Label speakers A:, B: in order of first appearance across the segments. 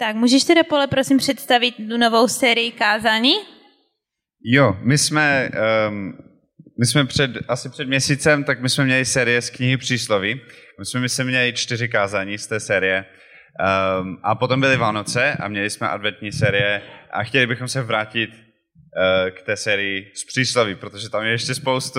A: Tak, můžeš teda, Pole, prosím představit tu novou sérii kázání?
B: Jo, my jsme asi před měsícem, tak my jsme měli série z knihy Přísloví. My jsme měli 4 kázání z té série. A potom byly Vánoce a měli jsme adventní série a chtěli bychom se vrátit k té sérii z Přísloví, protože tam je ještě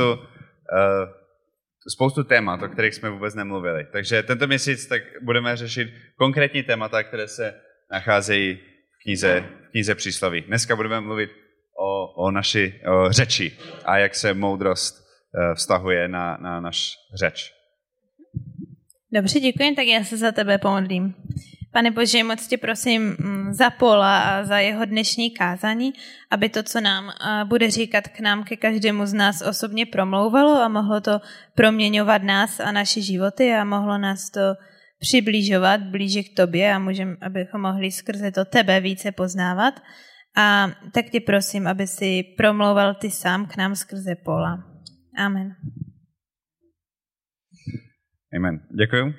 B: spoustu témat, o kterých jsme vůbec nemluvili. Takže tento měsíc tak budeme řešit konkrétní témata, které se nacházejí v knize Přísloví. Dneska budeme mluvit o naší řeči a jak se moudrost vztahuje na náš řeč.
A: Dobře, děkuji, tak já se za tebe pomodlím. Pane Bože, moc tě prosím za Pola a za jeho dnešní kázání, aby to, co nám bude říkat k nám, ke každému z nás osobně promlouvalo a mohlo to proměňovat nás a naše životy a mohlo nás to přibližovat blíže k tobě a abychom mohli skrze to tebe více poznávat. A tak tě prosím, aby si promlouval ty sám k nám skrze Pola. Amen.
B: Amen. Děkuju.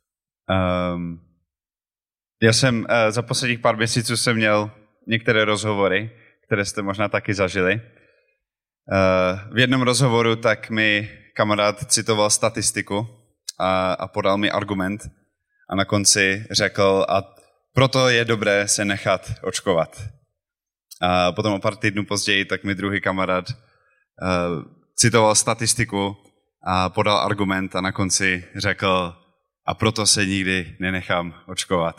B: Já jsem za posledních pár měsíců jsem měl některé rozhovory, které jste možná taky zažili. V jednom rozhovoru tak mi kamarád citoval statistiku a podal mi argument a na konci řekl, a proto je dobré se nechat očkovat. A potom o pár týdnů později tak mi druhý kamarád citoval statistiku a podal argument a na konci řekl, a proto se nikdy nenechám očkovat.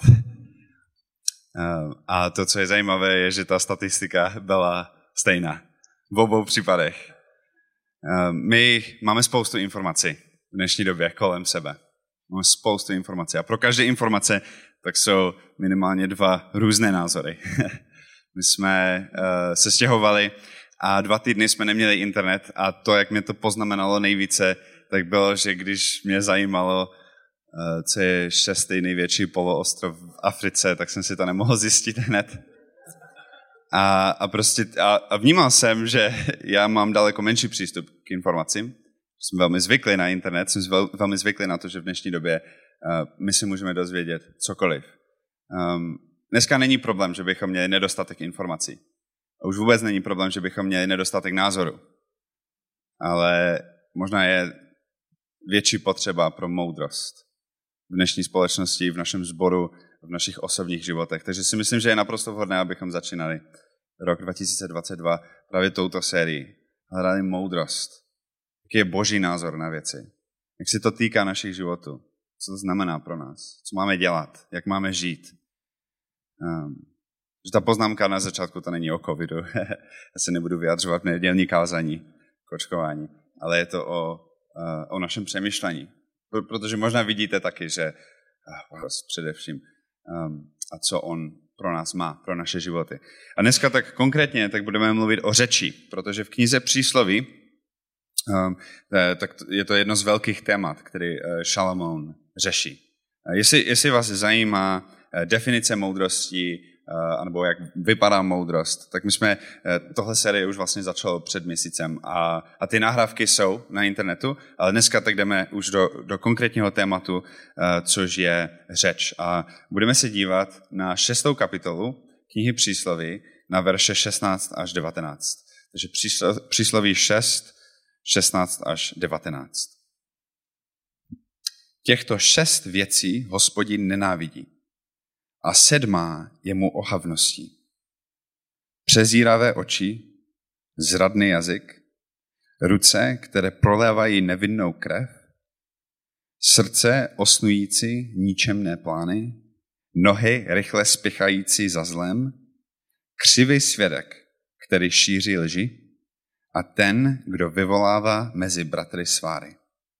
B: A to, co je zajímavé, je, že ta statistika byla stejná v obou případech. My máme spoustu informací v dnešní době kolem sebe. Máme spoustu informací a pro každé informace tak jsou minimálně 2 různé názory. My jsme se stěhovali a 2 týdny jsme neměli internet a to, jak mě to poznamenalo nejvíce, tak bylo, že když mě zajímalo, co je 6. největší poloostrov v Africe, tak jsem si to nemohl zjistit hned. A vnímal jsem, že já mám daleko menší přístup k informacím. Jsem velmi zvyklý na internet, jsem velmi zvyklý na to, že v dnešní době my si můžeme dozvědět cokoliv. Dneska není problém, že bychom měli nedostatek informací. A už vůbec není problém, že bychom měli nedostatek názoru. Ale možná je větší potřeba pro moudrost v dnešní společnosti, v našem sboru, v našich osobních životech. Takže si myslím, že je naprosto vhodné, abychom začínali rok 2022 právě touto sérií. Hledali moudrost. Jaký je Boží názor na věci. Jak se to týká našich životů. Co to znamená pro nás. Co máme dělat. Jak máme žít. Že ta poznámka na začátku, to není o covidu. Já se nebudu vyjadřovat v nedělní kázání k očkování. Ale je to o našem přemýšlení. Protože možná vidíte taky, že především a co on pro nás má, pro naše životy. A dneska tak konkrétně tak budeme mluvit o řeči, protože v knize Přísloví tak je to jedno z velkých témat, který Šalamoun řeší. Jestli vás zajímá definice moudrosti, anebo jak vypadá moudrost, tak my jsme tohle série už vlastně začalo před měsícem a ty nahrávky jsou na internetu, ale dneska tak jdeme už do konkrétního tématu, což je řeč. A budeme se dívat na 6. kapitolu knihy Přísloví na verše 16 až 19. Takže Přísloví 6, 16 až 19. Těchto 6 věcí Hospodin nenávidí. A 7. je mu ohavností. Přezíravé oči, zradný jazyk, ruce, které prolévají nevinnou krev, srdce osnující ničemné plány, nohy rychle spěchající za zlem, křivý svědek, který šíří lži, a ten, kdo vyvolává mezi bratry sváry.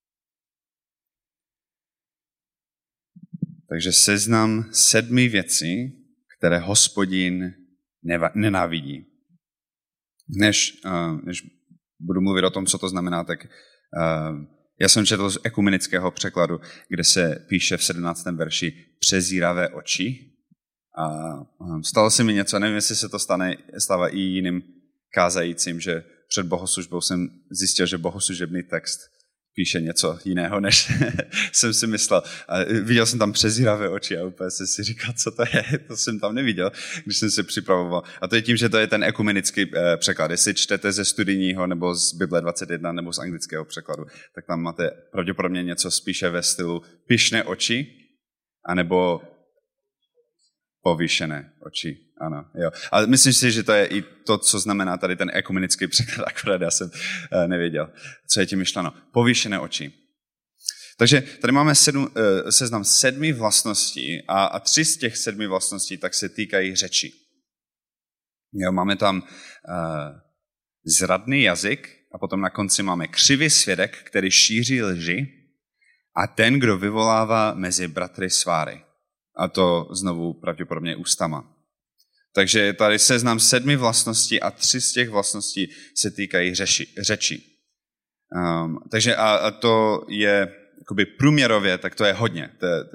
B: Takže seznam 7 věcí, které Hospodin nenávidí. Než budu mluvit o tom, co to znamená, tak já jsem četl z ekumenického překladu, kde se píše v 17. verši přezíravé oči. A stalo se mi něco, nevím, jestli se to stává i jiným kázajícím, že před bohoslužbou jsem zjistil, že bohoslužebný text píše něco jiného, než jsem si myslel. A viděl jsem tam přezíravé oči a úplně jsem si říkal, co to je, to jsem tam neviděl, když jsem se připravoval. A to je tím, že to je ten ekumenický překlad. Jestli čtete ze studijního nebo z Bible 21 nebo z anglického překladu, tak tam máte pravděpodobně něco spíše ve stylu pyšné oči, anebo povýšené oči. Ano, jo. Ale myslím si, že to je i to, co znamená tady ten ekumenický překlad, akorát já jsem nevěděl, co je tím myšleno. Povýšené oči. Takže tady máme seznam 7 vlastností a 3 z těch 7 vlastností tak se týkají řeči. Jo, máme tam zradný jazyk a potom na konci máme křivý svědek, který šíří lži a ten, kdo vyvolává mezi bratry sváry. A to znovu pravděpodobně ústama. Takže je tady seznam 7 vlastností a 3 z těch vlastností se týkají řeči. Takže a to je jakoby průměrově, tak to je hodně.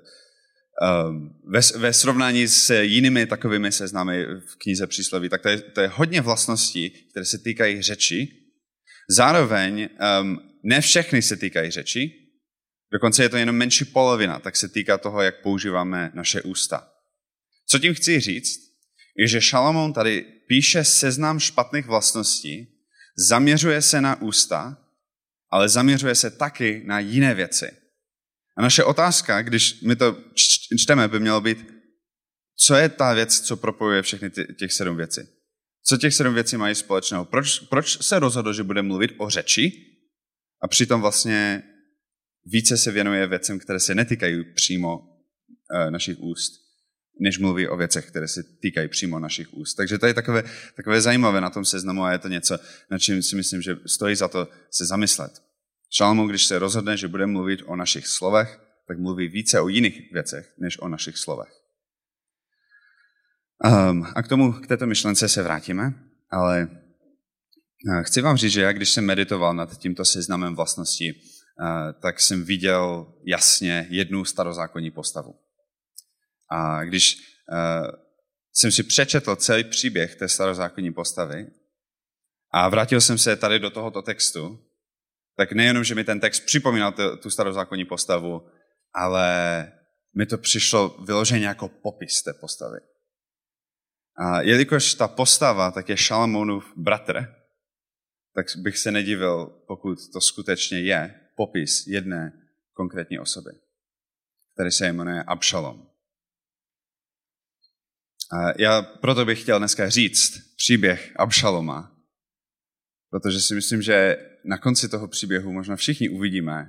B: Ve srovnání s jinými takovými seznamy v knize Přísloví, tak to je hodně vlastností, které se týkají řeči. Zároveň ne všechny se týkají řeči, dokonce je to jenom menší polovina, tak se týká toho, jak používáme naše ústa. Co tím chci říct, je, že Šalamoun tady píše seznam špatných vlastností, zaměřuje se na ústa, ale zaměřuje se taky na jiné věci. A naše otázka, když my to čteme, by mělo být, co je ta věc, co propojuje všechny těch 7 věcí. Co těch 7 věcí mají společného? Proč se rozhodl, že bude mluvit o řeči a přitom vlastně více se věnuje věcem, které se netýkají přímo našich úst, než mluví o věcech, které se týkají přímo našich úst. Takže to je takové zajímavé na tom seznamu a je to něco, na čím si myslím, že stojí za to se zamyslet. Šalamoun, když se rozhodne, že bude mluvit o našich slovech, tak mluví více o jiných věcech, než o našich slovech. A k této myšlence se vrátíme, ale chci vám říct, že já, když jsem meditoval nad tímto seznamem vlastností, tak jsem viděl jasně jednu starozákonní postavu. A když jsem si přečetl celý příběh té starozákonní postavy a vrátil jsem se tady do tohoto textu, tak nejenom, že mi ten text připomínal tu starozákonní postavu, ale mi to přišlo vyloženě jako popis té postavy. A jelikož ta postava tak je Šalamounův bratr, tak bych se nedivil, pokud to skutečně je popis jedné konkrétní osoby, který se jmenuje Abšalom. A já proto bych chtěl dneska říct příběh Abšaloma, protože si myslím, že na konci toho příběhu možná všichni uvidíme,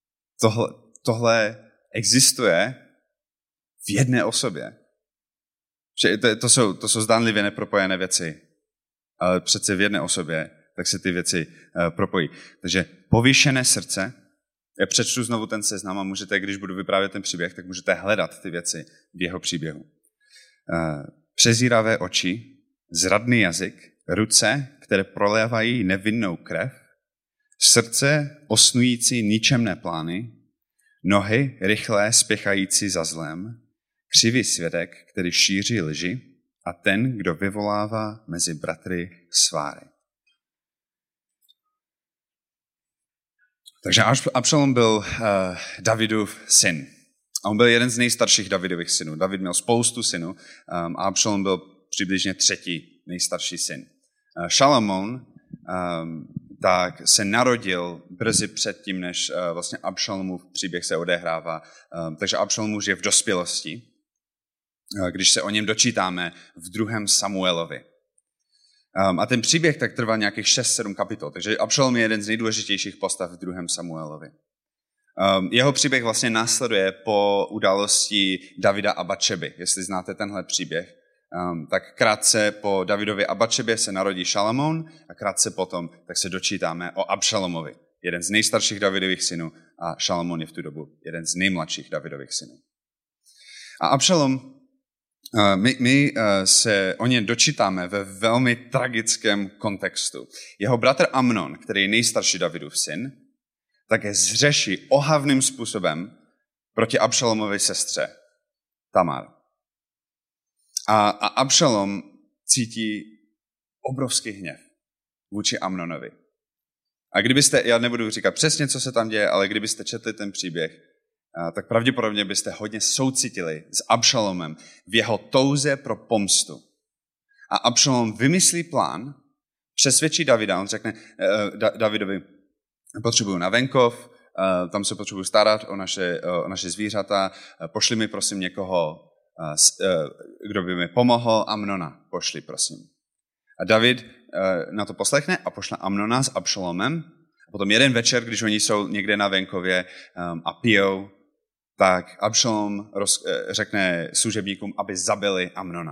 B: tohle existuje v jedné osobě. Že to jsou zdánlivě nepropojené věci, ale přece v jedné osobě, tak se ty věci propojí. Takže povýšené srdce, já přečtu znovu ten seznam a můžete, když budu vyprávět ten příběh, tak můžete hledat ty věci v jeho příběhu. Přezíravé oči, zradný jazyk, ruce, které prolévají nevinnou krev, srdce osnující ničemné plány, nohy rychlé spěchající za zlem, křivý svědek, který šíří lži a ten, kdo vyvolává mezi bratry sváry. Takže Abšalom byl Davidův syn. A on byl jeden z nejstarších Davidových synů. David měl spoustu synů a Abšalom byl přibližně 3. nejstarší syn. Šalamoun tak se narodil brzy předtím, než vlastně Abšalomův příběh se odehrává. Takže Abšalom už je v dospělosti, když se o něm dočítáme v 2. Samuelovi. A ten příběh tak trvá nějakých 6-7 kapitol, takže Abšalom je jeden z nejdůležitějších postav v 2. Samuelovi. Jeho příběh vlastně následuje po události Davida a Batšeby. Jestli znáte tenhle příběh, tak krátce po Davidovi a Batšebě se narodí Šalamoun a krátce potom tak se dočítáme o Abšalomovi, jeden z nejstarších Davidových synů a Šalamoun je v tu dobu jeden z nejmladších Davidových synů. A Abšalom, my se o něm dočítáme ve velmi tragickém kontextu. Jeho bratr Amnon, který je nejstarší Davidův syn, také zřeší ohavným způsobem proti Abšalomově sestře Tamar. A Abšalom cítí obrovský hněv vůči Amnonovi. A kdybyste, já nebudu říkat přesně, co se tam děje, ale kdybyste četli ten příběh, tak pravděpodobně byste hodně soucitili s Abšalomem v jeho touze pro pomstu. A Abšalom vymyslí plán, přesvědčí Davida, on řekne Davidovi, potřebuju na venkov, tam se potřebuju starat o naše zvířata, pošli mi prosím někoho, kdo by mi pomohl, Amnona, pošli prosím. A David na to poslechne a pošle Amnona s Abšalomem. A potom jeden večer, když oni jsou někde na venkově a pijou, tak Abšalom řekne služebníkům, aby zabili Amnona.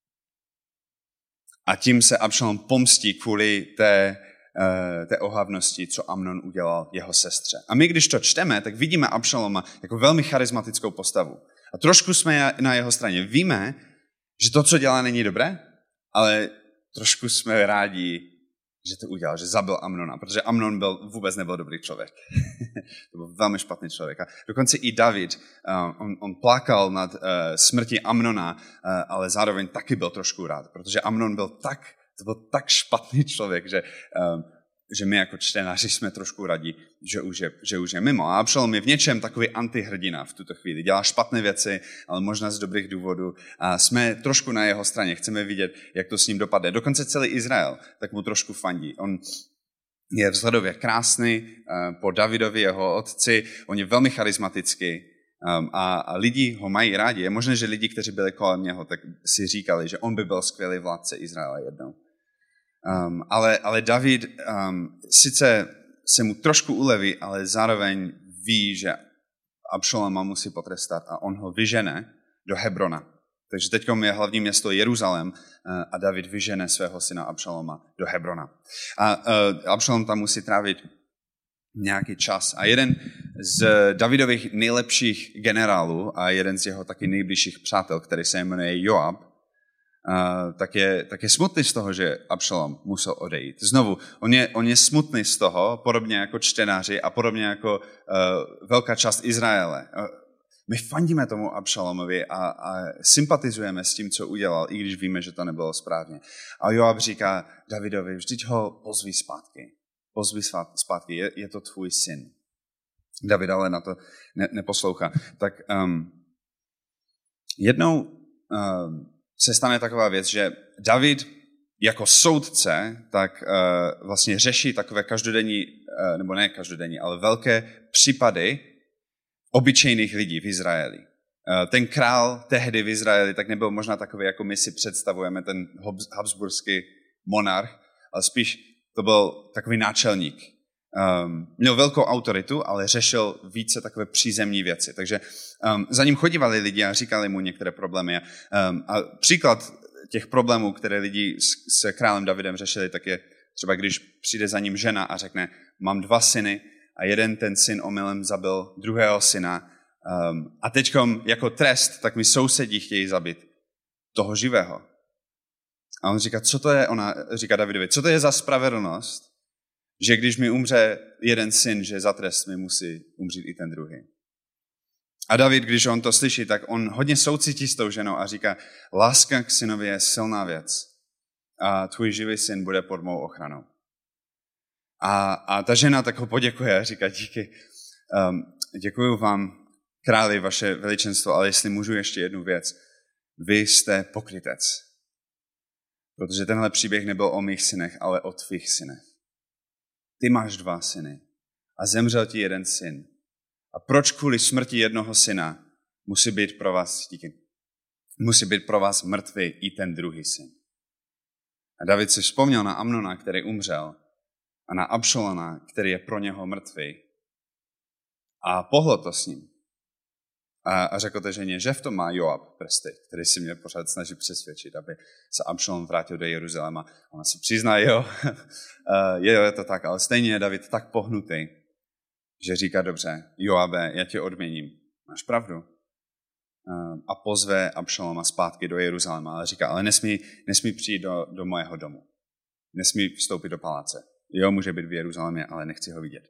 B: A tím se Abšalom pomstí kvůli té ohavnosti, co Amnon udělal jeho sestře. A my, když to čteme, tak vidíme Abšaloma jako velmi charismatickou postavu. A trošku jsme na jeho straně. Víme, že to, co dělá, není dobré, ale trošku jsme rádi, že to udělal, že zabil Amnona, protože Amnon vůbec nebyl dobrý člověk. To byl velmi špatný člověk. A dokonce i David, on plakal nad smrtí Amnona, ale zároveň taky byl trošku rád, protože Amnon byl tak špatný člověk, že my jako čtenáři jsme trošku rádi, že už je mimo. A Abšalom je v něčem takový antihrdina v tuto chvíli. Dělá špatné věci, ale možná z dobrých důvodů. A jsme trošku na jeho straně. Chceme vidět, jak to s ním dopadne. Dokonce celý Izrael tak mu trošku fandí. On je vzhledově krásný po Davidovi, jeho otci. On je velmi charismatický a lidi ho mají rádi. Je možné, že lidi, kteří byli kolem něho, tak si říkali, že on by byl skvělý vládce Izraela jednou. Ale David sice se mu trošku uleví, ale zároveň ví, že Abšaloma musí potrestat a on ho vyžene do Hebrona. Takže teď je hlavní město Jeruzalém a David vyžene svého syna Abšaloma do Hebrona. A Abšalom tam musí trávit nějaký čas. A jeden z Davidových nejlepších generálů a jeden z jeho taky nejbližších přátel, který se jmenuje Joab, tak je smutný z toho, že Abšalom musel odejít. Znovu, on je smutný z toho, podobně jako čtenáři a podobně jako velká část Izraele. My fandíme tomu Abšalomovi a sympatizujeme s tím, co udělal, i když víme, že to nebylo správně. A Joab říká Davidovi, vždyť ho pozví zpátky. Pozví zpátky, je to tvůj syn. David ale na to neposlouchá. Tak jednou se stane taková věc, že David jako soudce tak vlastně řeší takové každodenní, nebo ne každodenní, ale velké případy obyčejných lidí v Izraeli. Ten král tehdy v Izraeli tak nebyl možná takový, jako my si představujeme, ten habsburský monarch, ale spíš to byl takový náčelník. Měl velkou autoritu, ale řešil více takové přízemní věci. Takže za ním chodívali lidi a říkali mu některé problémy. A příklad těch problémů, které lidi s králem Davidem řešili, tak je třeba, když přijde za ním žena a řekne, mám 2 syny a jeden ten syn omylem zabil druhého syna a teďkom jako trest, tak mi sousedí chtějí zabít toho živého. A on říká, co to je? Ona říká Davidovi, co to je za spravedlnost, že když mi umře jeden syn, že za trest mi musí umřít i ten druhý. A David, když on to slyší, tak on hodně soucítí s tou ženou a říká, láska k synovi je silná věc a tvůj živý syn bude pod mou ochranou. A ta žena tak ho poděkuje a říká, díky, děkuju vám, králi, vaše veličenstvo, ale jestli můžu ještě jednu věc, vy jste pokrytec. Protože tenhle příběh nebyl o mých synech, ale o tvých synech. Ty máš 2 syny a zemřel ti jeden syn. A proč kvůli smrti jednoho syna musí být pro vás mrtvý i ten druhý syn? A David si vzpomněl na Amnona, který umřel, a na Abšaloma, který je pro něho mrtvý. A pohled to s ním. A řekl té ženě, že v tom má Joab prsty, který si mě pořád snaží přesvědčit, aby se Abšalom vrátil do Jeruzaléma. Ona si přizná, jo, je to tak, ale stejně je David tak pohnutý, že říká, dobře, Joabe, já tě odměním, máš pravdu. A pozve Abšaloma zpátky do Jeruzaléma, ale říká, ale nesmí přijít do mojeho domu. Nesmí vstoupit do paláce. Jo, může být v Jeruzalémě, ale nechci ho vidět.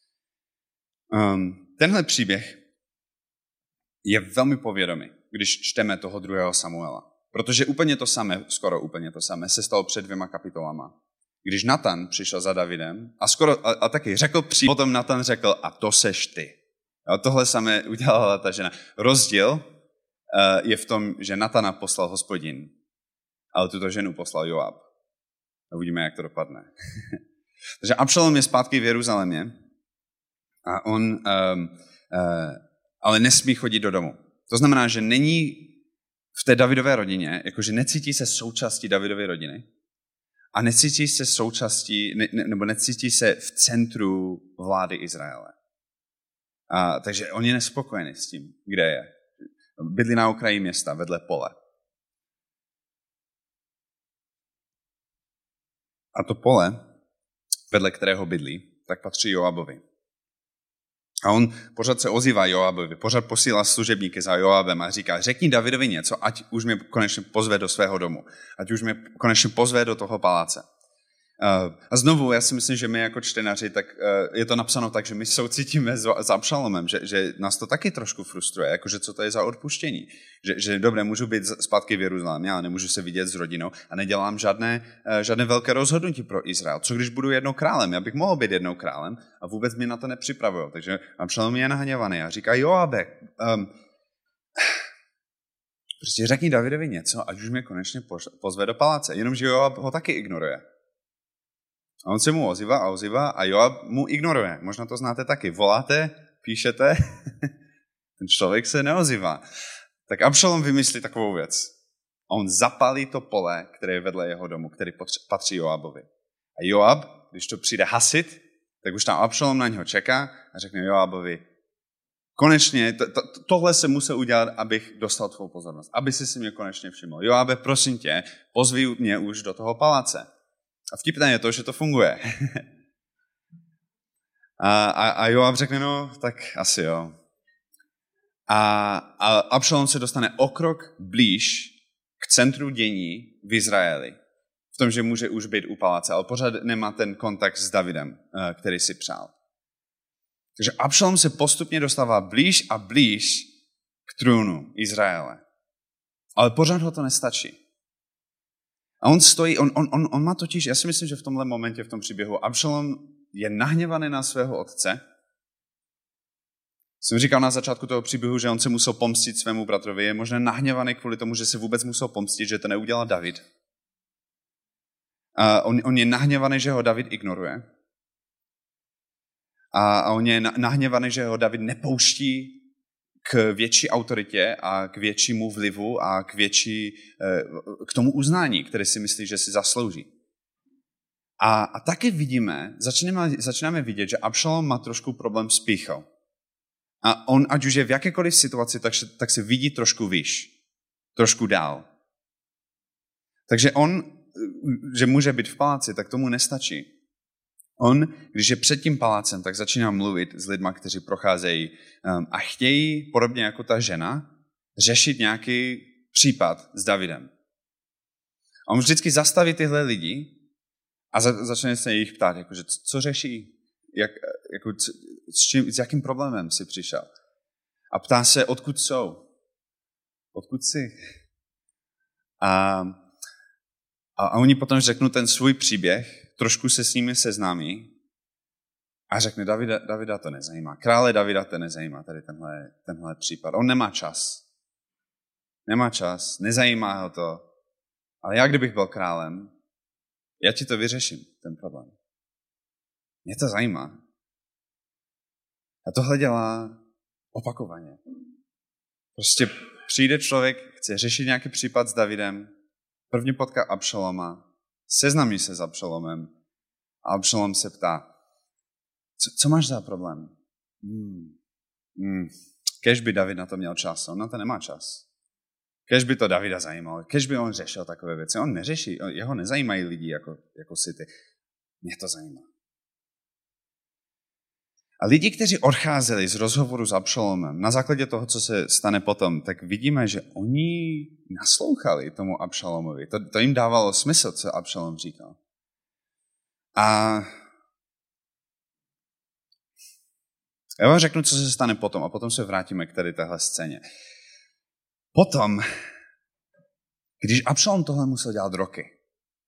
B: Tenhle příběh je velmi povědomý, když čteme toho 2. Samuela. Protože skoro úplně to samé se stalo před 2 kapitolama. když Natan přišel za Davidem a taky řekl, potom Natan řekl, a to seš ty. A tohle samé udělala ta žena. Rozdíl je v tom, že Natana poslal Hospodin, ale tuto ženu poslal Joab. A uvidíme, jak to dopadne. Takže Abšalom je zpátky v Jeruzalémě a on ale nesmí chodit do domu. To znamená, že není v té Davidové rodině, jakože necítí se součástí Davidové rodiny a necítí se součástí, nebo necítí se v centru vlády Izraele. Takže on je nespokojený s tím, kde je. Bydlí na okraji města, vedle pole. A to pole, vedle kterého bydlí, tak patří Joabovi. A on pořád se ozývá Joabovi, pořád posílá služebníky za Joabem a říká, řekni Davidovi něco, ať už mě konečně pozve do svého domu. Ať už mě konečně pozve do toho paláce. A znovu, já si myslím, že my jako čtenáři, tak je to napsáno tak, že my soucítíme s Abšalomem, že nás to taky trošku frustruje, jakože co to je za odpuštění. Že dobré, můžu být zpátky v Jeruzalémě, ale nemůžu se vidět s rodinou a nedělám žádné velké rozhodnutí pro Izrael. Co když budu jednou králem? Já bych mohl být jednou králem a vůbec mě na to nepřipravují. Takže Abšalom je nahněvaný a říká, Joabe, prostě řekni Davidovi něco, ať už mě konečně pozve do paláce. Jenomže Joab ho taky ignoruje. A on se mu ozývá a Joab mu ignoruje. Možná to znáte taky. Voláte, píšete, ten člověk se neozývá. Tak Abšalom vymyslí takovou věc. A on zapálí to pole, které je vedle jeho domu, který patří Joabovi. A Joab, když to přijde hasit, tak už tam Abšalom na něho čeká a řekne Joabovi, konečně, tohle se musel udělat, abych dostal tvou pozornost. Aby si mě konečně všiml. Joabe, prosím tě, pozví mě už do toho paláce. A vtipné je to, že to funguje. a Joab řekne, no, tak asi jo. A Abšalom se dostane o krok blíž k centru dění v Izraeli. V tom, že může už být u paláce, ale pořád nemá ten kontakt s Davidem, který si přál. Takže Abšalom se postupně dostává blíž a blíž k trůnu Izraele. Ale pořád ho to nestačí. A on stojí, on má totiž, já si myslím, že v tomhle momentě, v tom příběhu, Abšalom je nahněvaný na svého otce. Jsem říkal na začátku toho příběhu, že on se musel pomstit svému bratrovi. Je možná nahněvaný kvůli tomu, že se vůbec musel pomstit, že to neudělal David. A on je nahněvaný, že ho David ignoruje. A on je nahněvaný, že ho David nepouští k větší autoritě a k většímu vlivu a k tomu uznání, které si myslí, že si zaslouží. A taky vidíme, začínáme vidět, že Abšalom má trošku problém s pýchou. A on, ať už je v jakékoliv situaci, tak se vidí trošku výš, trošku dál. Takže on, že může být v paláci, tak tomu nestačí. On, když je před tím palácem, tak začíná mluvit s lidma, kteří procházejí a chtějí, podobně jako ta žena, řešit nějaký případ s Davidem. A on vždycky zastaví tyhle lidi a začne se jich ptát, jakože, co řeší, s jakým problémem si přišel. A ptá se, odkud jsou, odkud jsi. A oni potom řeknou ten svůj příběh, trošku se s nimi seznámí a řekne, Davida to nezajímá. Krále Davida to nezajímá, tady tenhle případ. On nemá čas. Nemá čas, nezajímá ho to. Ale já, kdybych byl králem, já ti to vyřeším, ten problém. Mě to zajímá. A tohle dělá opakovaně. Prostě přijde člověk, chce řešit nějaký případ s Davidem, první potká Abšaloma, seznámí se s Abšalomem a Abšalom se ptá, co máš za problém? Kež by David na to měl čas, on na to nemá čas. Kež by to Davida zajímalo, kež by on řešil takové věci. On neřeší, jeho nezajímají lidi jako si ty. Mě to zajímá. A lidi, kteří odcházeli z rozhovoru s Abšalomem, na základě toho, co se stane potom, tak vidíme, že oni naslouchali tomu Abšalomovi. To jim dávalo smysl, co Abšalom říkal. A já vám řeknu, co se stane potom, a potom se vrátíme k tady téhle scéně. Potom, když Abšalom tohle musel dělat roky,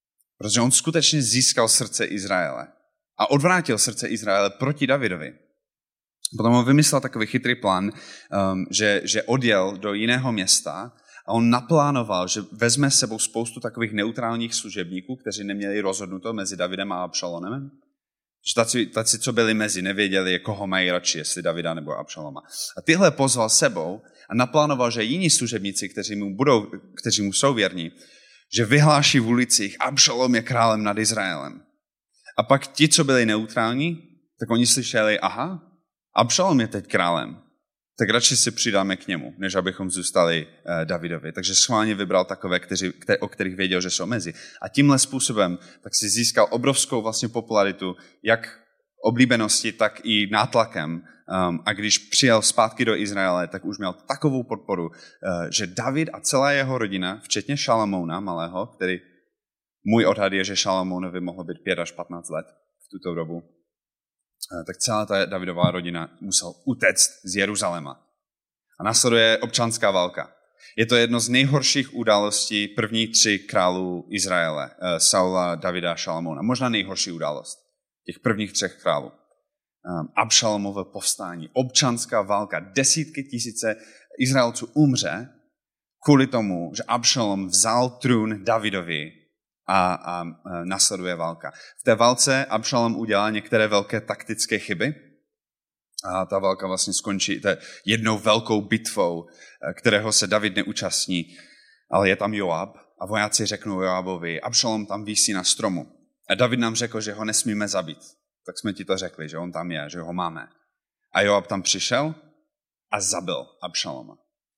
B: Protože on skutečně získal srdce Izraele a odvrátil srdce Izraele proti Davidovi. Potom on vymyslel takový chytrý plán, že odjel do jiného města a on naplánoval, že vezme s sebou spoustu takových neutrálních služebníků, kteří neměli rozhodnuto mezi Davidem a Abšalomem. Taci, co byli mezi, nevěděli, koho mají radši, jestli Davida nebo Abšaloma. A tyhle pozval sebou a naplánoval, že jiní služebníci, kteří mu jsou věrní, že vyhláší v ulicích, Abšalom je králem nad Izraelem. A pak ti, co byli neutrální, tak oni slyšeli, aha, Abšalom je teď králem, tak radši si přidáme k němu, než abychom zůstali Davidovi. Takže schválně vybral takové, o kterých věděl, že jsou mezi. A tímhle způsobem tak si získal obrovskou vlastně popularitu, jak oblíbenosti, tak i nátlakem. A když přijel zpátky do Izraele, tak už měl takovou podporu, že David a celá jeho rodina, včetně Šalamouna malého, který můj odhad je, že Šalamounovi mohlo být 5 až 15 let v tuto dobu, tak celá ta Davidová rodina musel utéct z Jeruzaléma. A následuje občanská válka. Je to jedno z nejhorších událostí prvních 3 králů Izraele, Saula, Davida a Šalamouna. Možná nejhorší událost těch prvních 3 králů. Abšalomovo povstání, občanská válka, desítky tisíce Izraelců umře kvůli tomu, že Abšalom vzal trůn Davidovi a následuje válka. V té válce Abšalom udělal některé velké taktické chyby a ta válka vlastně skončí jednou velkou bitvou, kterého se David neúčastní, ale je tam Joab a vojáci řeknou Joabovi, Abšalom tam visí na stromu. A David nám řekl, že ho nesmíme zabít. Tak jsme ti to řekli, že on tam je, že ho máme. A Joab tam přišel a zabil Abšaloma.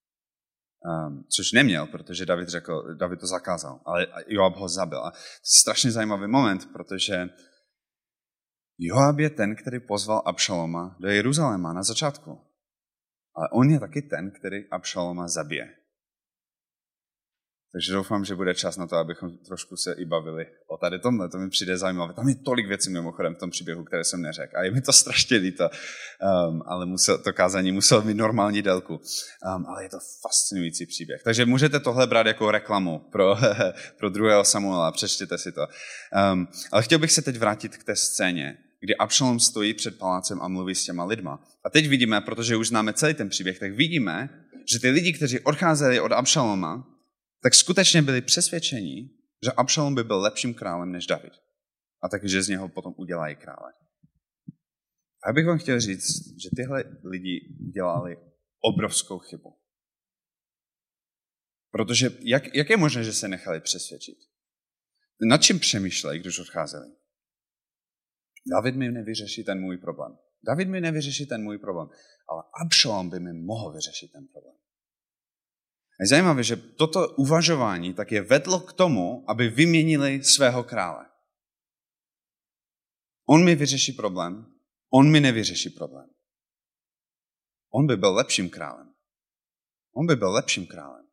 B: Což neměl, protože David to zakázal, ale Joab ho zabil. A strašně zajímavý moment, protože Joab je ten, který pozval Abšaloma do Jeruzaléma na začátku. Ale on je taky ten, který Abšaloma zabije. Takže doufám, že bude čas na to, abychom trošku se i bavili o tady tomhle. To mi přijde zajímavé. Tam je tolik věcí mimochodem v tom příběhu, které jsem neřekl. A je mi to strašně líto, ale to kázání muselo mít normální délku. Ale je to fascinující příběh. Takže můžete tohle brát jako reklamu pro 2. Samuela. Přečtěte si to. Ale chtěl bych se teď vrátit k té scéně, kdy Abšalom stojí před palácem a mluví s těma lidma. A teď vidíme, protože už známe celý ten příběh, tak vidíme, že ty lidi, kteří odcházeli od Abšaloma, tak skutečně byli přesvědčeni, že Abšalom by byl lepším králem než David. A takže z něho potom udělají krále. A já bych vám chtěl říct, že tyhle lidi udělali obrovskou chybu. Protože jak je možné, že se nechali přesvědčit? Nad čím přemýšlejí, když odcházeli? David mi nevyřeší ten můj problém. David mi nevyřeší ten můj problém. Ale Abšalom by mi mohl vyřešit ten problém. Je zajímavé, že toto uvažování tak je vedlo k tomu, aby vyměnili svého krále. On mi vyřeší problém, on mi nevyřeší problém. On by byl lepším králem. On by byl lepším králem.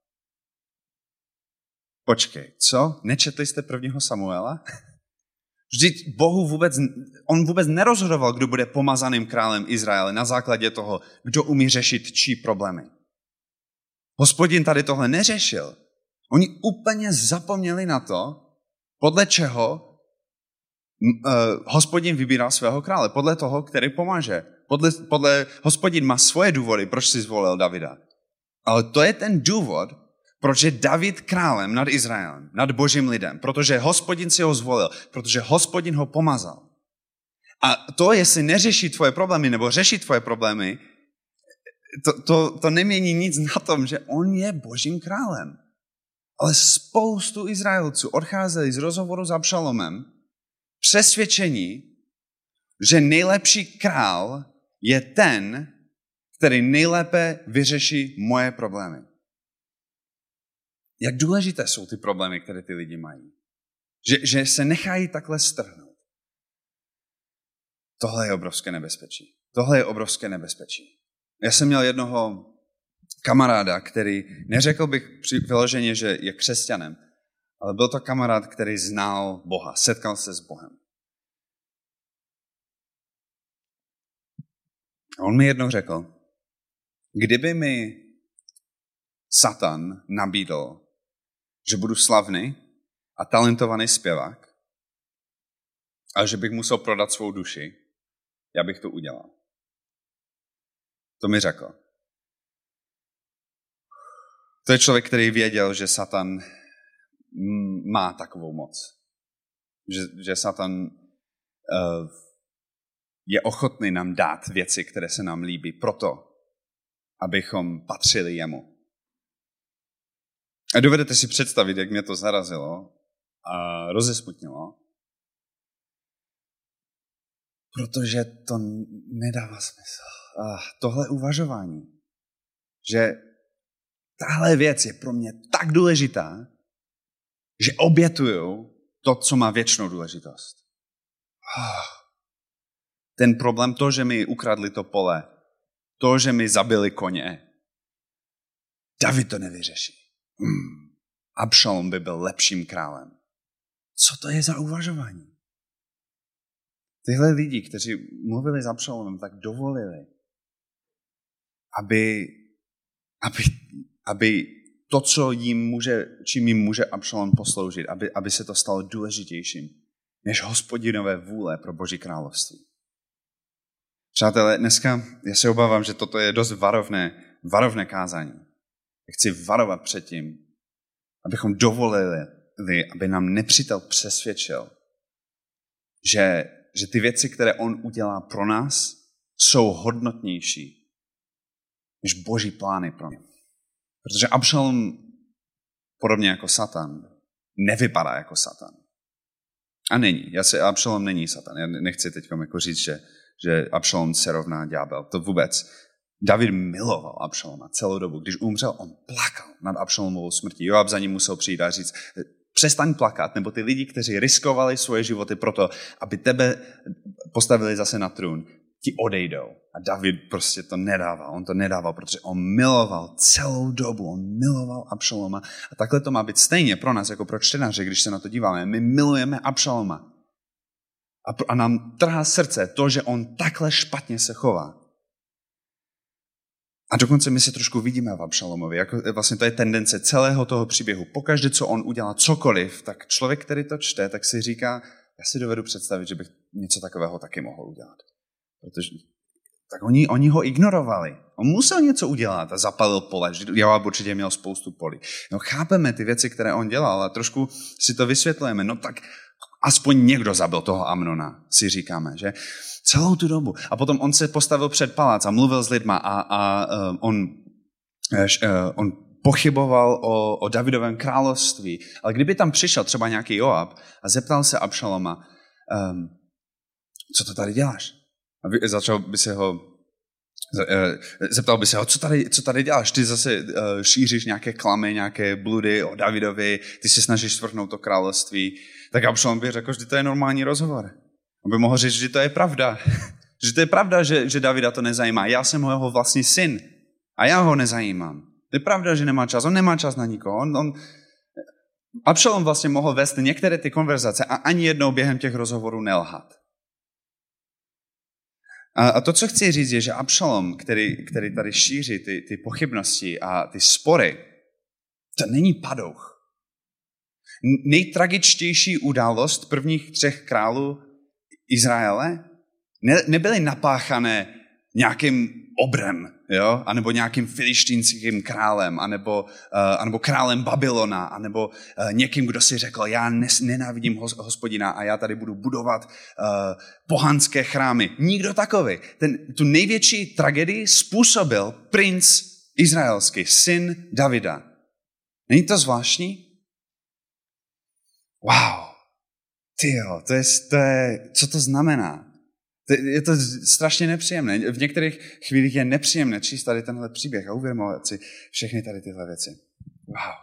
B: Počkej, co? Nečetli jste 1. Samuela? Vždyť on vůbec nerozhodoval, kdo bude pomazaným králem Izraele na základě toho, kdo umí řešit čí problémy. Hospodin tady tohle neřešil. Oni úplně zapomněli na to, podle čeho Hospodin vybírá svého krále. Podle toho, který pomáže. Hospodin má svoje důvody, proč si zvolil Davida. Ale to je ten důvod, proč je David králem nad Izraelem, nad božím lidem. Protože Hospodin si ho zvolil. Protože Hospodin ho pomazal. A to, jestli neřeší tvoje problémy, nebo řeší tvoje problémy, to nemění nic na tom, že on je božím králem. Ale spoustu Izraelců odcházeli z rozhovoru s Abšalomem přesvědčení, že nejlepší král je ten, který nejlépe vyřeší moje problémy. Jak důležité jsou ty problémy, které ty lidi mají. Že se nechají takhle strhnout. Tohle je obrovské nebezpečí. Tohle je obrovské nebezpečí. Já jsem měl jednoho kamaráda, který, neřekl bych vyloženě, že je křesťanem, ale byl to kamarád, který znal Boha, setkal se s Bohem. A on mi jednou řekl, kdyby mi Satan nabídl, že budu slavný a talentovaný zpěvák a že bych musel prodat svou duši, já bych to udělal. To mi řekl. To je člověk, který věděl, že Satan má takovou moc. Že Satan je ochotný nám dát věci, které se nám líbí, proto, abychom patřili jemu. A dovedete si představit, jak mě to zarazilo a rozesmutnilo, protože to nedává smysl. Tohle uvažování, že tahle věc je pro mě tak důležitá, že obětuju to, co má věčnou důležitost. Ten problém, to, že mi ukradli to pole, to, že mi zabili koně, David to nevyřeší. Abšalom by byl lepším králem. Co to je za uvažování? Tyhle lidi, kteří mluvili s Abšalomem, tak dovolili, aby to, čím jim může Abšalom posloužit, aby se to stalo důležitějším než Hospodinové vůle pro Boží království. Přátelé, dneska já se obávám, že toto je dost varovné kázání. Chci varovat před tím, abychom dovolili, aby nám nepřítel přesvědčil, že ty věci, které on udělá pro nás, jsou hodnotnější než Boží plány pro ně. Protože Abšalom, podobně jako Satan, nevypadá jako Satan. A není. Abšalom není Satan. Já nechci teď jako říct, že Abšalom se rovná ďábel. To vůbec. David miloval Abšaloma celou dobu. Když umřel, on plakal nad Abšalomovou smrtí. Joab za ním musel přijít a říct, přestaň plakat, nebo ty lidi, kteří riskovali svoje životy proto, aby tebe postavili zase na trůn, ti odejdou. A David prostě to nedával. On to nedával, protože on miloval celou dobu. On miloval Abšaloma. A takhle to má být stejně pro nás, jako pro čtenáře, když se na to díváme. My milujeme Abšaloma. A nám trhá srdce to, že on takhle špatně se chová. A dokonce my se trošku vidíme v Abšalomovi. Vlastně to je tendence celého toho příběhu. Pokaždé, co on udělá cokoliv, tak člověk, který to čte, tak si říká, já si dovedu představit, že bych něco takového taky mohl udělat. Protože tak oni ho ignorovali. On musel něco udělat a zapalil pole. Joab určitě měl spoustu polí. No, chápeme ty věci, které on dělal a trošku si to vysvětlujeme. No tak aspoň někdo zabil toho Amnona, si říkáme, že? Celou tu dobu. A potom on se postavil před palác a mluvil s lidma a on pochyboval o Davidovém království. Ale kdyby tam přišel třeba nějaký Joab a zeptal se Abšaloma, co to tady děláš? A zeptal by se ho, co tady děláš? Ty zase šíříš nějaké klamy, nějaké bludy o Davidovi, ty se snažíš svrhnout to království. Tak Abšalom by řekl, že to je normální rozhovor. On by mohl říct, že to je pravda. Že to je pravda, že Davida to nezajímá. Já jsem jeho vlastní syn a já ho nezajímám. To je pravda, že nemá čas. On nemá čas na nikoho. Abšalom vlastně mohl vést některé ty konverzace a ani jednou během těch rozhovorů nelhat. A to, co chci říct, je, že Abšalom, který tady šíří ty pochybnosti a ty spory, to není padouch. Nejtragičtější událost prvních 3 králů Izraele nebyly napáchané nějakým obrem, jo? Anebo nějakým filištínským králem, anebo králem Babylona, anebo někým, kdo si řekl, já nenávidím Hospodina a já tady budu budovat pohanské chrámy. Nikdo takový. Tu největší tragédii způsobil princ izraelský, syn Davida. Není to zvláštní? Wow. Tyjo, to je, co to znamená? Je to strašně nepříjemné. V některých chvílích je nepříjemné číst tady tenhle příběh a uvědomovat si všechny tady tyhle věci. Wow.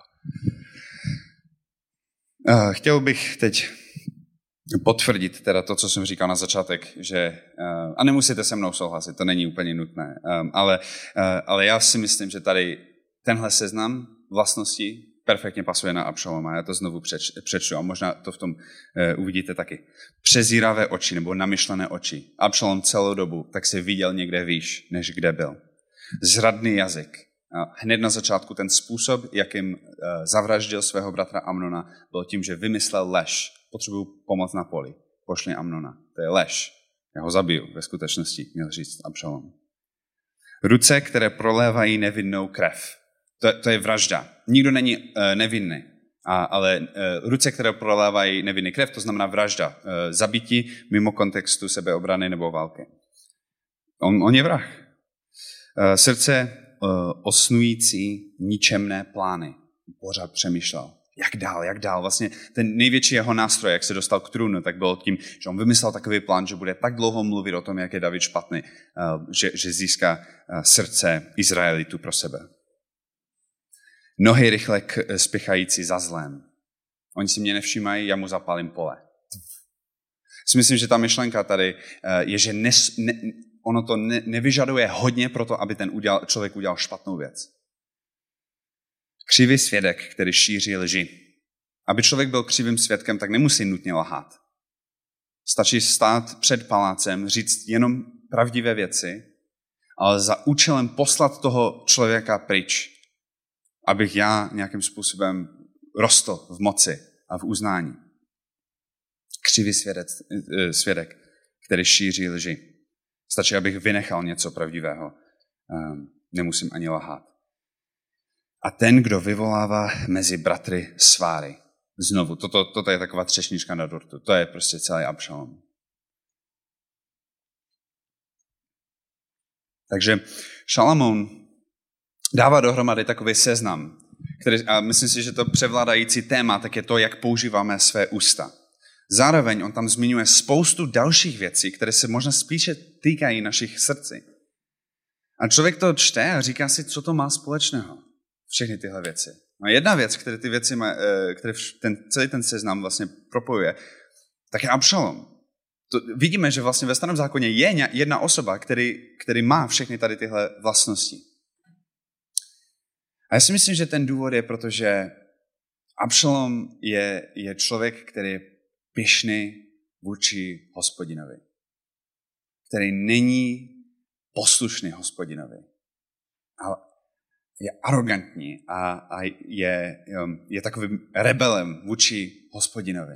B: Chtěl bych teď potvrdit teda to, co jsem říkal na začátek, že, a nemusíte se mnou souhlasit, to není úplně nutné, ale já si myslím, že tady tenhle seznam vlastností perfektně pasuje na Abšaloma. Já to znovu přečtu a možná to v tom uvidíte taky. Přezíravé oči nebo namyšlené oči. Abšalom celou dobu tak se viděl někde výš, než kde byl. Zradný jazyk. A hned na začátku ten způsob, jakým zavraždil svého bratra Amnona, byl tím, že vymyslel lež. Potřebuju pomoc na poli. pošli Amnona. To je lež. Já ho zabiju, ve skutečnosti, měl říct Abšalom. Ruce, které prolévají nevinnou krev. To je vražda. Nikdo není nevinný, ale ruce, které prolévají nevinný krev, to znamená vražda. Zabití mimo kontextu sebeobrany nebo války. On je vrah. Srdce osnující ničemné plány. Pořád přemýšlel. Jak dál? Vlastně ten největší jeho nástroj, jak se dostal k trůnu, tak bylo tím, že on vymyslel takový plán, že bude tak dlouho mluvit o tom, jak je David špatný, že získá srdce Izraelitu pro sebe. Nohy rychle spěchající za zlem. Oni si mě nevšímají, já mu zapálím pole. Myslím, že ta myšlenka tady je, že ono to nevyžaduje hodně pro to, aby ten člověk udělal špatnou věc. Křivý svědek, který šíří lži. Aby člověk byl křivým svědkem, tak nemusí nutně lhát. Stačí stát před palácem, říct jenom pravdivé věci, ale za účelem poslat toho člověka pryč, abych já nějakým způsobem rostl v moci a v uznání. Křivý svědek, který šíří lži. Stačí, abych vynechal něco pravdivého. Nemusím ani lhát. A ten, kdo vyvolává mezi bratry sváry. Znovu, toto je taková třešnička na dortu. To je prostě celý Abšalom. Takže Šalamoun dává dohromady takový seznam, a myslím si, že to převládající téma tak je to, jak používáme své ústa. Zároveň on tam zmiňuje spoustu dalších věcí, které se možná spíše týkají našich srdcí. A člověk to čte a říká si, co to má společného. Všechny tyhle věci. A jedna věc, které ty věci má, které celý ten seznam vlastně propojuje, tak je Abšalom. Vidíme, že vlastně ve Starém zákoně je jedna osoba, který má všechny tady tyhle vlastnosti. A já si myslím, že ten důvod je, protože Abšalom je člověk, který je pyšný vůči Hospodinovi. Který není poslušný Hospodinovi. Ale je arrogantní a je takovým rebelem vůči Hospodinovi.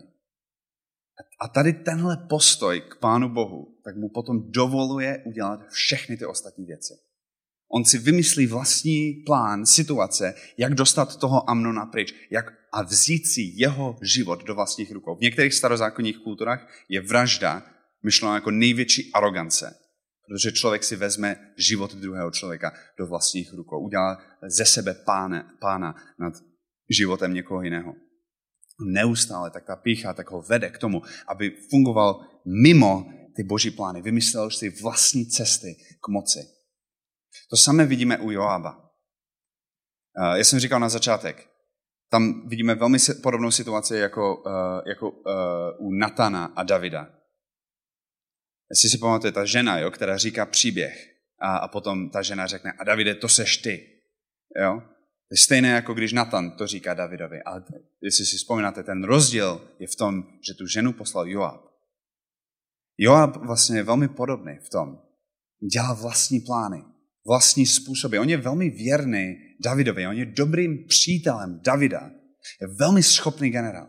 B: A tady tenhle postoj k Pánu Bohu, tak mu potom dovoluje udělat všechny ty ostatní věci. On si vymyslí vlastní plán, situace, jak dostat toho Amnona pryč, a vzít si jeho život do vlastních rukou. V některých starozákonních kulturách je vražda myšlena jako největší arogance. Protože člověk si vezme život druhého člověka do vlastních rukou. Udělá ze sebe pána nad životem někoho jiného. Neustále tak ta pýcha tak ho vede k tomu, aby fungoval mimo ty boží plány. Vymyslel si vlastní cesty k moci. To samé vidíme u Joába. Já jsem říkal na začátek, tam vidíme velmi podobnou situaci jako u Natana a Davida. Jestli si pamatuje, ta žena, která říká příběh a potom ta žena řekne, a Davide, to seš ty. Jo? To je stejné, jako když Natan to říká Davidovi. Ale jestli si vzpomínáte, ten rozdíl je v tom, že tu ženu poslal Joáb. Joáb vlastně je velmi podobný v tom. Dělá vlastní plány, vlastní způsoby. On je velmi věrný Davidovi, on je dobrým přítelem Davida. Je velmi schopný generál.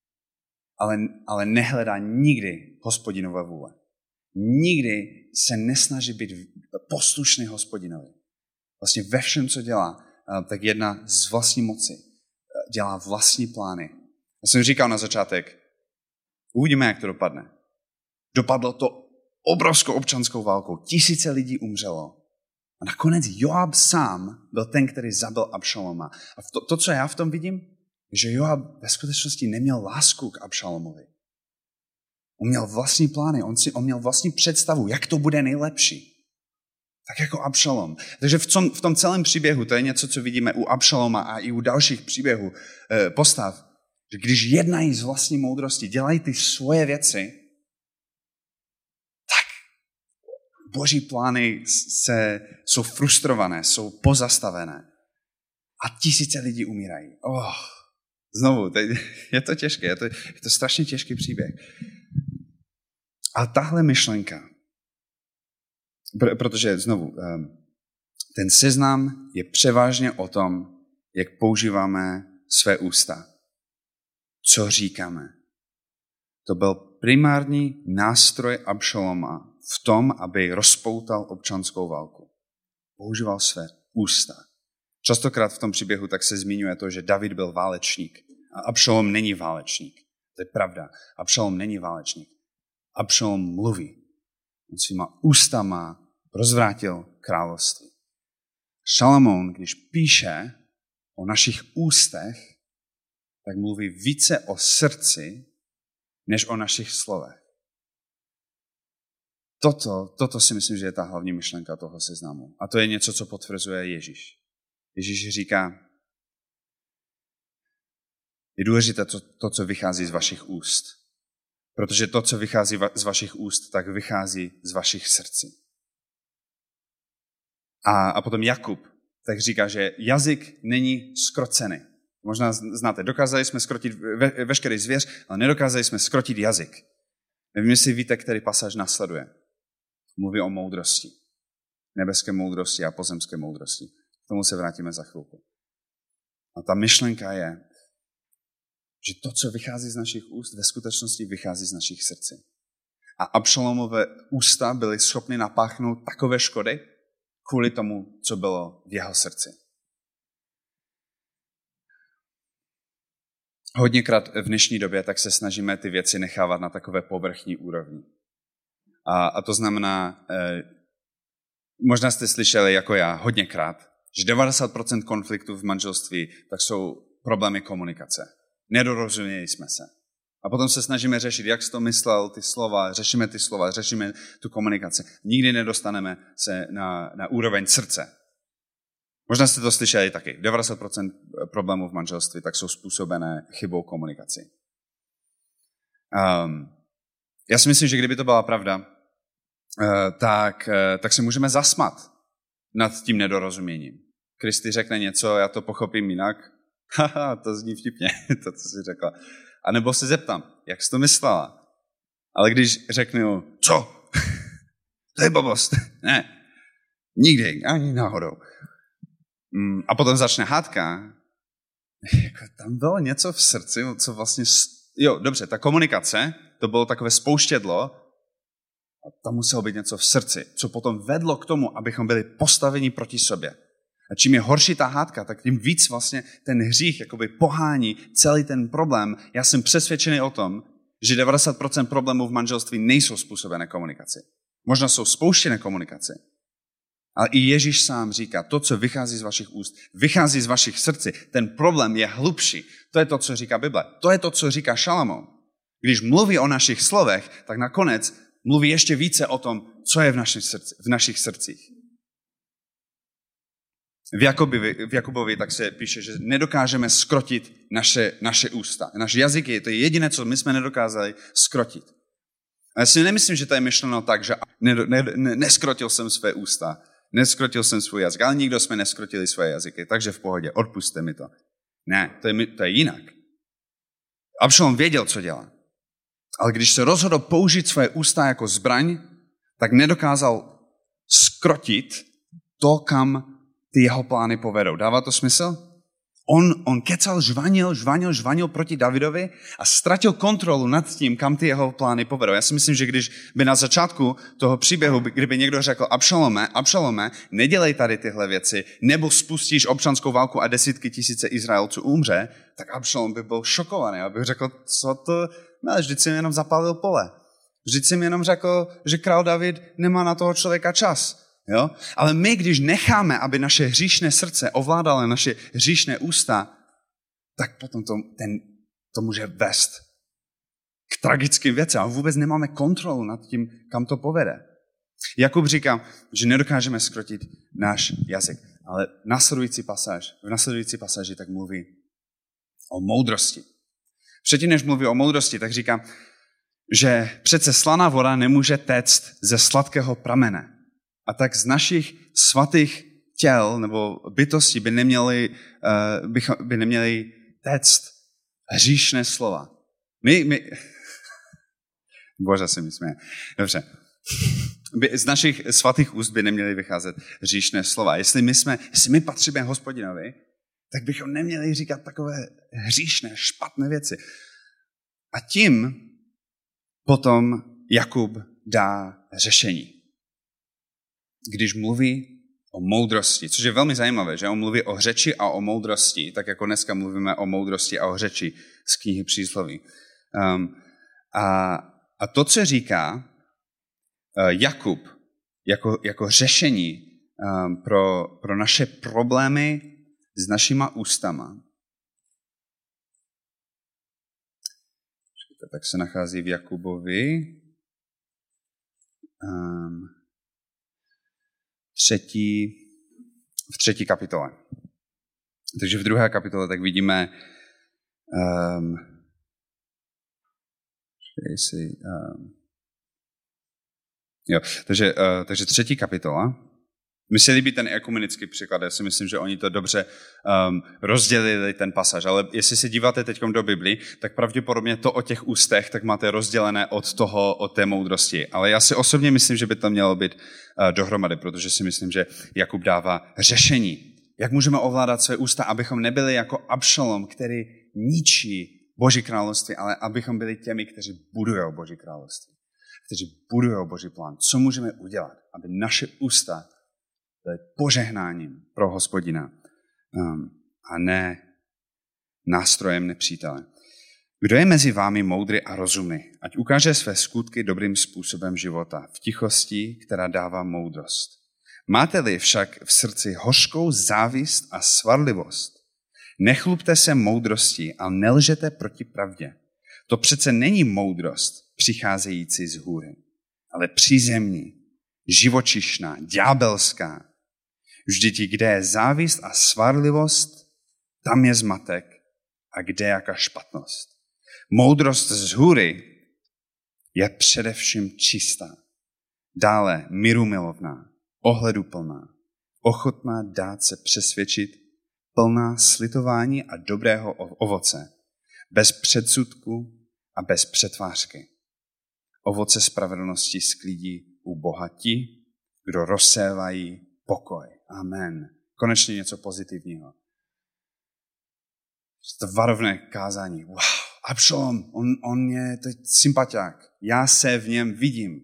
B: Ale nehledá nikdy Hospodinové vůle. Nikdy se nesnaží být poslušný Hospodinovi. Vlastně ve všem, co dělá, tak jedná z vlastní moci. Dělá vlastní plány. Já jsem říkal na začátek, uvidíme, jak to dopadne. Dopadlo to obrovskou občanskou válkou. 1000 lidí umřelo. A nakonec Joáb sám byl ten, který zabil Abšaloma. A to, co já v tom vidím, je, že Joáb ve skutečnosti neměl lásku k Abšalomovi. On měl vlastní plány, on měl vlastní představu, jak to bude nejlepší. Tak jako Abšalom. Takže v tom celém příběhu, to je něco, co vidíme u Abšaloma a i u dalších příběhů postav, že když jednají z vlastní moudrosti, dělají ty svoje věci, tak boží plány jsou frustrované, jsou pozastavené a 1000 lidí umírají. Znovu, je to těžké, je to strašně těžký příběh. A tahle myšlenka, protože znovu, ten seznam je převážně o tom, jak používáme své ústa. Co říkáme. To byl primární nástroj Abšaloma v tom, aby rozpoutal občanskou válku. Používal své ústa. Častokrát v tom příběhu tak se zmiňuje to, že David byl válečník a Abšalom není válečník. To je pravda. Abšalom není válečník. Abšalom mluví. On svýma ústama rozvrátil království. Šalamoun, když píše o našich ústech, tak mluví více o srdci, než o našich slovech. Toto si myslím, že je ta hlavní myšlenka toho seznamu. A to je něco, co potvrzuje Ježíš. Ježíš říká, je důležité to, co vychází z vašich úst. Protože to, co vychází z vašich úst, tak vychází z vašich srdcí. A potom Jakub tak říká, že jazyk není zkrocený. Možná znáte, dokázali jsme zkrotit veškerý zvěř, ale nedokázali jsme zkrotit jazyk. Nevím, jestli víte, který pasáž následuje. Mluví o moudrosti. Nebeské moudrosti a pozemské moudrosti. K tomu se vrátíme za chvilku. A ta myšlenka je, že to, co vychází z našich úst, ve skutečnosti vychází z našich srdcí. A Abšalomové ústa byly schopny napáchnout takové škody kvůli tomu, co bylo v jeho srdci. Hodněkrát v dnešní době tak se snažíme ty věci nechávat na takové povrchní úrovni. A to znamená, možná jste slyšeli jako já hodněkrát, že 90% konfliktů v manželství tak jsou problémy komunikace. Nedorozuměli jsme se. A potom se snažíme řešit, jak jsi to myslel, ty slova, řešíme tu komunikaci. Nikdy nedostaneme se na úroveň srdce. Možná jste to slyšeli taky. 90% problémů v manželství tak jsou způsobené chybou komunikací. Já si myslím, že kdyby to byla pravda, tak se můžeme zasmat nad tím nedorozuměním. Kristi řekne něco, já to pochopím jinak. Haha, to zní vtipně, to, co jsi řekla. A nebo se zeptám, jak jsi to myslela? Ale když řeknu, co? To je blbost. Ne, nikdy, ani náhodou. A potom začne hádka. Tam bylo něco v srdci, co vlastně... Jo, dobře, ta komunikace, to bylo takové spouštědlo, a tam muselo být něco v srdci, co potom vedlo k tomu, abychom byli postaveni proti sobě. A čím je horší ta hádka, tak tím víc vlastně ten hřích jakoby pohání celý ten problém. Já jsem přesvědčený o tom, že 90% problémů v manželství nejsou způsobené komunikaci. Možná jsou spouštěné komunikaci. Ale i Ježíš sám říká, to, co vychází z vašich úst, vychází z vašich srdcí. Ten problém je hlubší. To je to, co říká Bible. To je to, co říká Šalamoun. Když mluví o našich slovech, tak nakonec mluví ještě více o tom, co je v našich srdcích. V Jakubovi tak se píše, že nedokážeme zkrotit naše ústa. Náš jazyk je to jediné, co my jsme nedokázali zkrotit. A já si nemyslím, že to je myšleno tak, že neskrotil jsem své ústa, neskrotil jsem svůj jazyk, ale nikdo jsme neskrotili své jazyky, takže v pohodě, odpusťte mi to. Ne, to je jinak. Abšalom věděl, co dělá. Ale když se rozhodl použít své ústa jako zbraň, tak nedokázal zkrotit to, kam ty jeho plány povedou. Dává to smysl? On kecal, žvanil proti Davidovi a ztratil kontrolu nad tím, kam ty jeho plány povedou. Já si myslím, že když by na začátku toho příběhu, kdyby někdo řekl Abšalome, nedělej tady tyhle věci, nebo spustíš občanskou válku a desítky tisíce Izraelců umře, tak Abšalom by byl šokovaný. Aby řekl, co to? No, vždyť jsem jenom zapálil pole. Vždyť jsem jenom řekl, že král David nemá na toho člověka čas. Jo? Ale my, když necháme, aby naše hříšné srdce ovládalo naše hříšné ústa, tak potom to může vést k tragickým věcem. A vůbec nemáme kontrolu nad tím, kam to povede. Jakub říká, že nedokážeme zkrotit náš jazyk. Ale v následující pasáži tak mluví o moudrosti. Předtím, než mluví o moudrosti, tak říká, že přece slaná voda nemůže téct ze sladkého pramene. A tak z našich svatých těl nebo bytostí by neměly téct hříšné slova. Bože, se mi směje. Dobře. Z našich svatých úst by neměly vycházet hříšné slova. Jestli my patříme Hospodinovi, tak bychom neměli říkat takové hříšné, špatné věci. A tím potom Jakub dá řešení. Když mluví o moudrosti, což je velmi zajímavé, že on mluví o řeči a o moudrosti, tak jako dneska mluvíme o moudrosti a o řeči z knihy Přísloví. A to, co říká Jakub jako řešení pro naše problémy s našima ústama, tak se nachází v Jakubovi v 3. kapitole. Takže v 2. kapitole tak vidíme takže 3. kapitola. Mi se líbí ten ekumenický příklad, já si myslím, že oni to dobře rozdělili ten pasáž, ale jestli se díváte teď do Biblii, tak pravděpodobně to o těch ústech tak máte rozdělené od té moudrosti. Ale já si osobně myslím, že by to mělo být dohromady, protože si myslím, že Jakub dává řešení. Jak můžeme ovládat své ústa, abychom nebyli jako Abšalom, který ničí Boží království, ale abychom byli těmi, kteří budují Boží království, kteří budují Boží plán. Co můžeme udělat, aby naše ústa byly požehnáním pro Hospodina a ne nástrojem nepřítele. Kdo je mezi vámi moudrý a rozumný, ať ukáže své skutky dobrým způsobem života, v tichosti, která dává moudrost. Máte-li však v srdci hořkou závist a svarlivost, nechlubte se moudrostí a nelžete proti pravdě. To přece není moudrost přicházející z hůry, ale přízemní, živočišná, ďábelská. Vždyť kde je závist a svarlivost, tam je zmatek a kde jaká špatnost. Moudrost z hůry je především čistá, dále mírumilovná, ohleduplná, ochotná dát se přesvědčit, plná slitování a dobrého ovoce, bez předsudku a bez přetvářky. Ovoce spravedlnosti sklidí u bohatí, kdo rozsévají pokoj. Amen. Konečně něco pozitivního. To varovné kázání. Wow, Abšalom, on je teď sympatiák. Já se v něm vidím.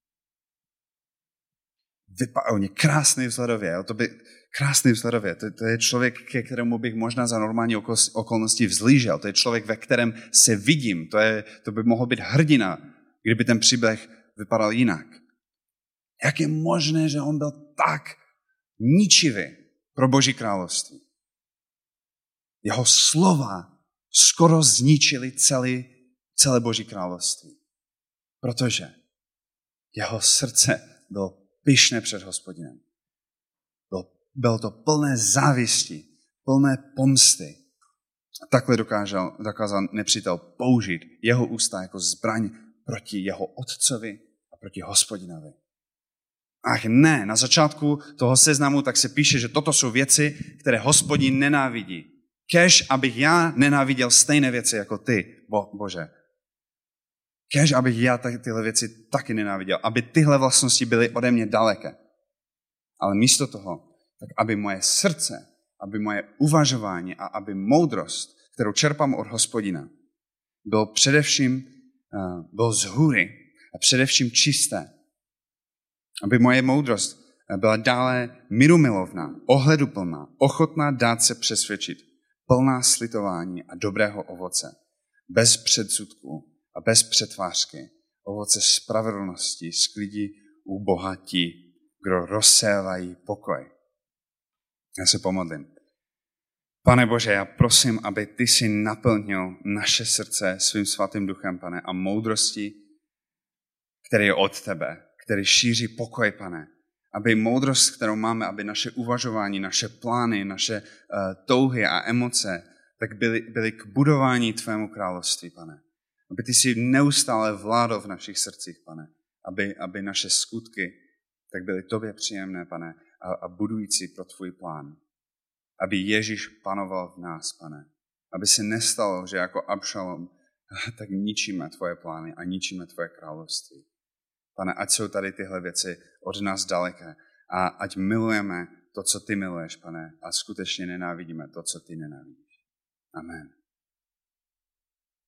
B: On je krásný vzhledově. Krásný vzhledově. To je člověk, ke kterému bych možná za normální okolnosti vzlížel. To je člověk, ve kterém se vidím. To by mohl být hrdina, kdyby ten příběh vypadal jinak. Jak je možné, že on byl tak ničivý pro Boží království? Jeho slova skoro zničili celé Boží království. Protože jeho srdce bylo pyšné před Hospodinem. Bylo to plné závisti, plné pomsty. A takhle dokázal nepřítel použít jeho ústa jako zbraň proti jeho otcovi a proti Hospodinovi. Ach ne, na začátku toho seznamu tak se píše, že toto jsou věci, které Hospodin nenávidí. Kéž, abych já nenáviděl stejné věci jako ty, Bože. Kéž, abych já tyhle věci taky nenáviděl, aby tyhle vlastnosti byly ode mě daleké. Ale místo toho, tak aby moje srdce, aby moje uvažování a aby moudrost, kterou čerpám od Hospodina, byl z hůry a především čisté. Aby moje moudrost byla dále mírumilovná, ohleduplná, ochotná dát se přesvědčit, plná slitování a dobrého ovoce, bez předsudků a bez přetvářky, ovoce spravedlnosti sklidí u bohatí, kdo rozsévají pokoj. Já se pomodlím. Pane Bože, já prosím, aby ty si naplnil naše srdce svým svatým duchem, pane, a moudrosti, který je od tebe, který šíří pokoj, pane. Aby moudrost, kterou máme, aby naše uvažování, naše plány, naše touhy a emoce, tak byly k budování tvému království, pane. Aby ty si neustále vládl v našich srdcích, pane. Aby naše skutky tak byly tobě příjemné, pane, a budující pro tvůj plán. Aby Ježíš panoval v nás, pane. Aby se nestalo, že jako Abšalom tak ničíme tvoje plány a ničíme tvoje království. Pane, ať jsou tady tyhle věci od nás daleké a ať milujeme to, co ty miluješ, pane, a skutečně nenávidíme to, co ty nenávidíš. Amen.